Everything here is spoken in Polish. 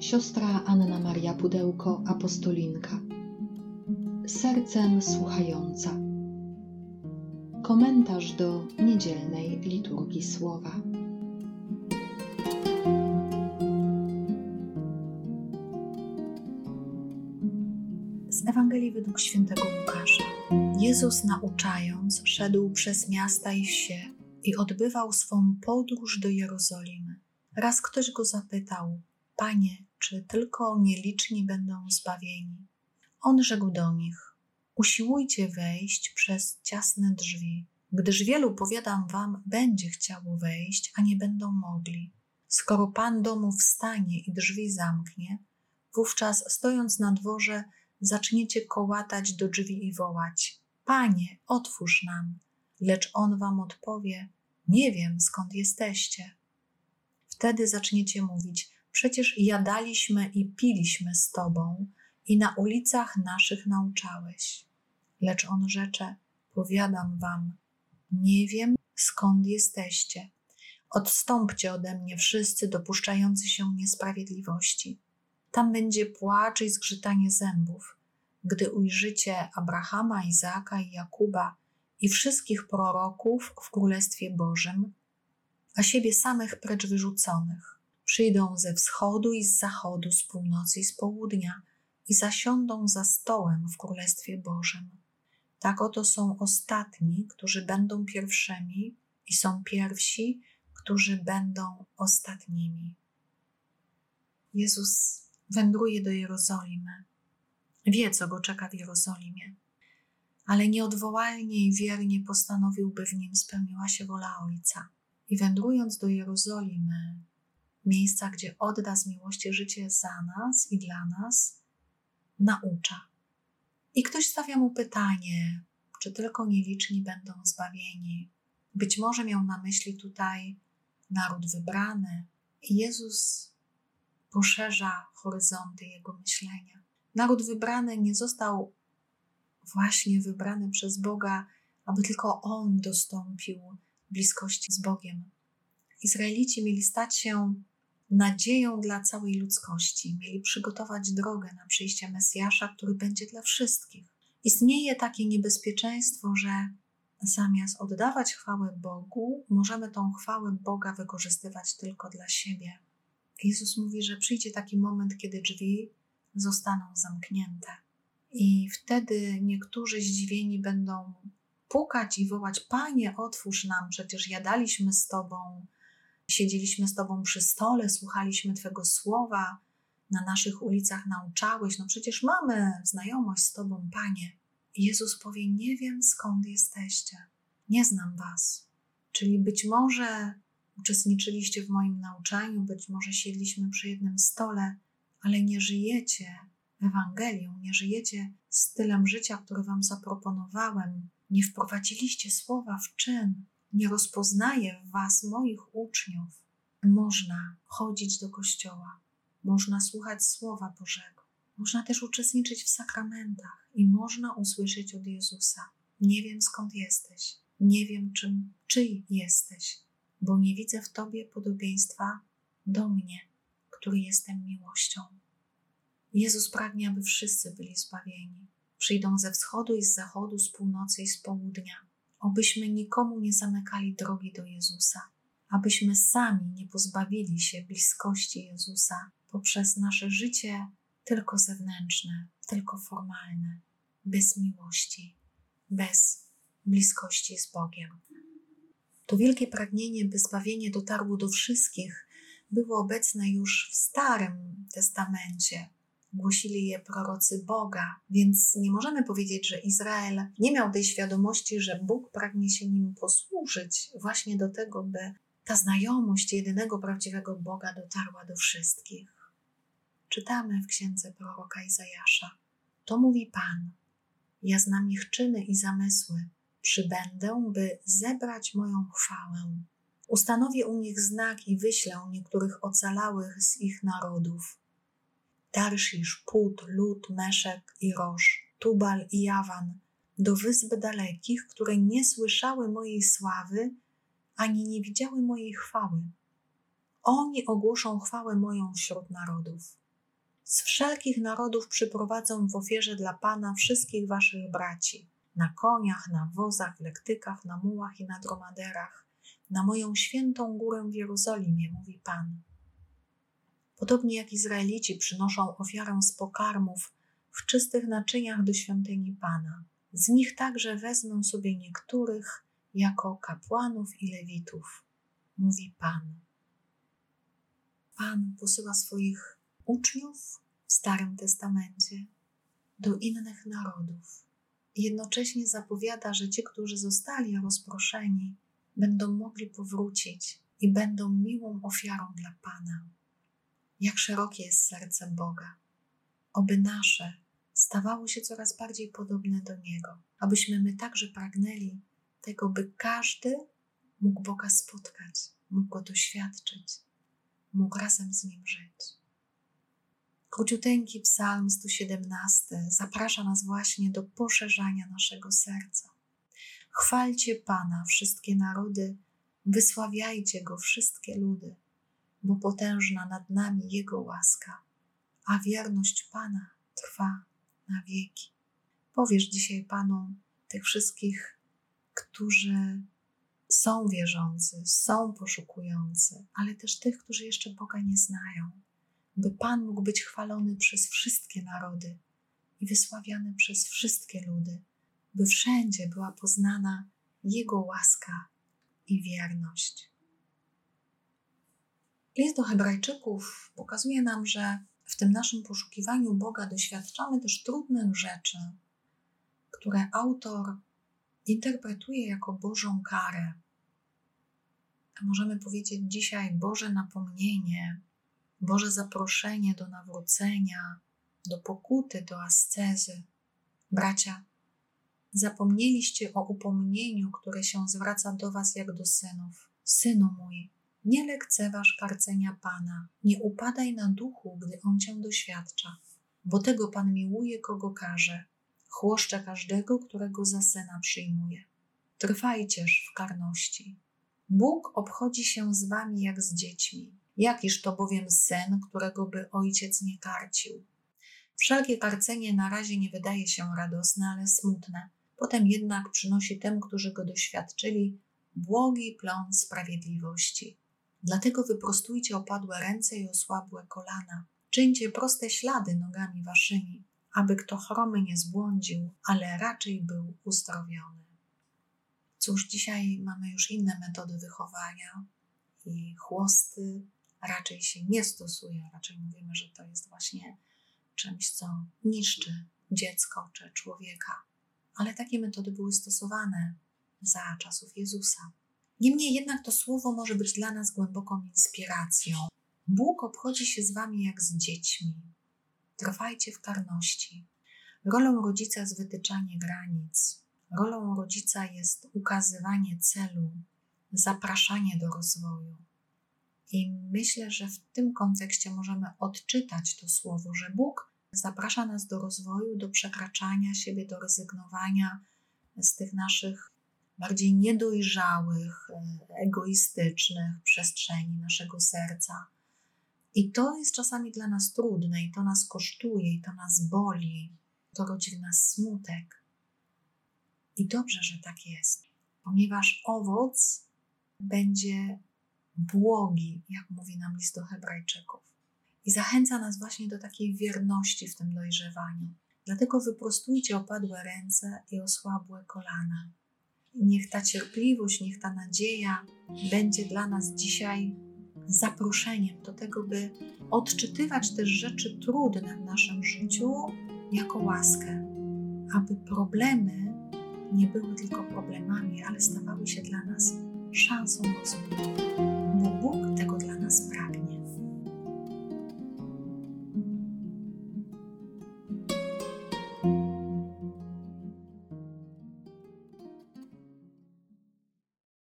Siostra Anna Maria Pudełko, apostolinka. Sercem słuchająca. Komentarz do niedzielnej liturgii słowa. Z Ewangelii według świętego Łukasza. Jezus, nauczając, szedł przez miasta i wsie i odbywał swą podróż do Jerozolimy. Raz ktoś go zapytał: Panie, czy tylko nieliczni będą zbawieni? On rzekł do nich: usiłujcie wejść przez ciasne drzwi, gdyż wielu, powiadam wam, będzie chciało wejść, a nie będą mogli. Skoro Pan domu wstanie i drzwi zamknie, wówczas stojąc na dworze zaczniecie kołatać do drzwi i wołać: Panie, otwórz nam. Lecz on wam odpowie: nie wiem, skąd jesteście. Wtedy zaczniecie mówić: przecież jadaliśmy i piliśmy z Tobą i na ulicach naszych nauczałeś. Lecz on rzecze: powiadam wam, nie wiem, skąd jesteście. Odstąpcie ode mnie wszyscy dopuszczający się niesprawiedliwości. Tam będzie płacz i zgrzytanie zębów, gdy ujrzycie Abrahama, Izaaka i Jakuba i wszystkich proroków w Królestwie Bożym, a siebie samych precz wyrzuconych. Przyjdą ze wschodu i z zachodu, z północy i z południa i zasiądą za stołem w Królestwie Bożym. Tak oto są ostatni, którzy będą pierwszymi, i są pierwsi, którzy będą ostatnimi. Jezus wędruje do Jerozolimy. Wie, co go czeka w Jerozolimie, ale nieodwołalnie i wiernie postanowił, by w nim spełniła się wola Ojca. I wędrując do Jerozolimy, miejsca, gdzie odda z miłości życie za nas i dla nas, naucza. I ktoś stawia mu pytanie, czy tylko nieliczni będą zbawieni. Być może miał na myśli tutaj naród wybrany. I Jezus poszerza horyzonty jego myślenia. Naród wybrany nie został właśnie wybrany przez Boga, aby tylko on dostąpił bliskości z Bogiem. Izraelici mieli stać się nadzieją dla całej ludzkości. Mieli przygotować drogę na przyjście Mesjasza, który będzie dla wszystkich. Istnieje takie niebezpieczeństwo, że zamiast oddawać chwałę Bogu, możemy tą chwałę Boga wykorzystywać tylko dla siebie. Jezus mówi, że przyjdzie taki moment, kiedy drzwi zostaną zamknięte. I wtedy niektórzy zdziwieni będą pukać i wołać: Panie, otwórz nam, przecież jadaliśmy z Tobą, siedzieliśmy z Tobą przy stole, słuchaliśmy Twego słowa, na naszych ulicach nauczałeś, przecież mamy znajomość z Tobą, Panie. I Jezus powie: nie wiem, skąd jesteście, nie znam Was. Czyli być może uczestniczyliście w moim nauczaniu, być może siedliśmy przy jednym stole, ale nie żyjecie Ewangelią, nie żyjecie stylem życia, który Wam zaproponowałem, nie wprowadziliście słowa w czyn, nie rozpoznaję w Was moich uczniów. Można chodzić do kościoła, można słuchać Słowa Bożego, można też uczestniczyć w sakramentach i można usłyszeć od Jezusa: nie wiem, skąd jesteś, nie wiem, czyj jesteś, bo nie widzę w Tobie podobieństwa do mnie, który jestem miłością. Jezus pragnie, aby wszyscy byli zbawieni. Przyjdą ze wschodu i z zachodu, z północy i z południa. Obyśmy nikomu nie zamykali drogi do Jezusa, abyśmy sami nie pozbawili się bliskości Jezusa poprzez nasze życie tylko zewnętrzne, tylko formalne, bez miłości, bez bliskości z Bogiem. To wielkie pragnienie, by zbawienie dotarło do wszystkich, było obecne już w Starym Testamencie. Głosili je prorocy Boga, więc nie możemy powiedzieć, że Izrael nie miał tej świadomości, że Bóg pragnie się nim posłużyć właśnie do tego, by ta znajomość jedynego prawdziwego Boga dotarła do wszystkich. Czytamy w księdze proroka Izajasza: to mówi Pan: ja znam ich czyny i zamysły, przybędę, by zebrać moją chwałę. Ustanowię u nich znak i wyślę niektórych ocalałych z ich narodów. Tarszisz, Put, Lud, Meszek i Rosz, Tubal i Jawan, do wysp dalekich, które nie słyszały mojej sławy, ani nie widziały mojej chwały. Oni ogłoszą chwałę moją wśród narodów. Z wszelkich narodów przyprowadzą w ofierze dla Pana wszystkich waszych braci, na koniach, na wozach, lektykach, na mułach i na dromaderach, na moją świętą górę w Jerozolimie, mówi Pan. Podobnie jak Izraelici przynoszą ofiarę z pokarmów w czystych naczyniach do świątyni Pana. Z nich także wezmę sobie niektórych jako kapłanów i lewitów, mówi Pan. Pan posyła swoich uczniów w Starym Testamencie do innych narodów. I jednocześnie zapowiada, że ci, którzy zostali rozproszeni, będą mogli powrócić i będą miłą ofiarą dla Pana. Jak szerokie jest serce Boga. Oby nasze stawało się coraz bardziej podobne do Niego. Abyśmy my także pragnęli tego, by każdy mógł Boga spotkać, mógł Go doświadczyć, mógł razem z Nim żyć. Króciuteńki Psalm 117 zaprasza nas właśnie do poszerzania naszego serca. Chwalcie Pana, wszystkie narody, wysławiajcie Go, wszystkie ludy, bo potężna nad nami Jego łaska, a wierność Pana trwa na wieki. Powiesz dzisiaj Panu tych wszystkich, którzy są wierzący, są poszukujący, ale też tych, którzy jeszcze Boga nie znają, by Pan mógł być chwalony przez wszystkie narody i wysławiany przez wszystkie ludy, by wszędzie była poznana Jego łaska i wierność. List do Hebrajczyków pokazuje nam, że w tym naszym poszukiwaniu Boga doświadczamy też trudnych rzeczy, które autor interpretuje jako Bożą karę. A możemy powiedzieć dzisiaj Boże napomnienie, Boże zaproszenie do nawrócenia, do pokuty, do ascezy. Bracia, zapomnieliście o upomnieniu, które się zwraca do was jak do synów. Synu mój, nie lekceważ karcenia Pana, nie upadaj na duchu, gdy On cię doświadcza, bo tego Pan miłuje, kogo każe, chłoszcze każdego, którego za syna przyjmuje. Trwajcież w karności. Bóg obchodzi się z wami jak z dziećmi. Jakiż to bowiem syn, którego by ojciec nie karcił? Wszelkie karcenie na razie nie wydaje się radosne, ale smutne. Potem jednak przynosi tym, którzy go doświadczyli, błogi plon sprawiedliwości. Dlatego wyprostujcie opadłe ręce i osłabłe kolana. Czyńcie proste ślady nogami waszymi, aby kto chromy nie zbłądził, ale raczej był uzdrowiony. Cóż, dzisiaj mamy już inne metody wychowania i chłosty raczej się nie stosuje. Raczej mówimy, że to jest właśnie czymś, co niszczy dziecko czy człowieka. Ale takie metody były stosowane za czasów Jezusa. Niemniej jednak to słowo może być dla nas głęboką inspiracją. Bóg obchodzi się z wami jak z dziećmi. Trwajcie w karności. Rolą rodzica jest wytyczanie granic. Rolą rodzica jest ukazywanie celu, zapraszanie do rozwoju. I myślę, że w tym kontekście możemy odczytać to słowo, że Bóg zaprasza nas do rozwoju, do przekraczania siebie, do rezygnowania z tych naszych bardziej niedojrzałych, egoistycznych przestrzeni naszego serca. I to jest czasami dla nas trudne, i to nas kosztuje, i to nas boli, to rodzi w nas smutek. I dobrze, że tak jest, ponieważ owoc będzie błogi, jak mówi nam list do Hebrajczyków. I zachęca nas właśnie do takiej wierności w tym dojrzewaniu. Dlatego wyprostujcie opadłe ręce i osłabłe kolana. Niech ta cierpliwość, niech ta nadzieja będzie dla nas dzisiaj zaproszeniem do tego, by odczytywać też rzeczy trudne w naszym życiu jako łaskę, aby problemy nie były tylko problemami, ale stawały się dla nas szansą rozwoju, bo Bóg tego dla nas pragnie.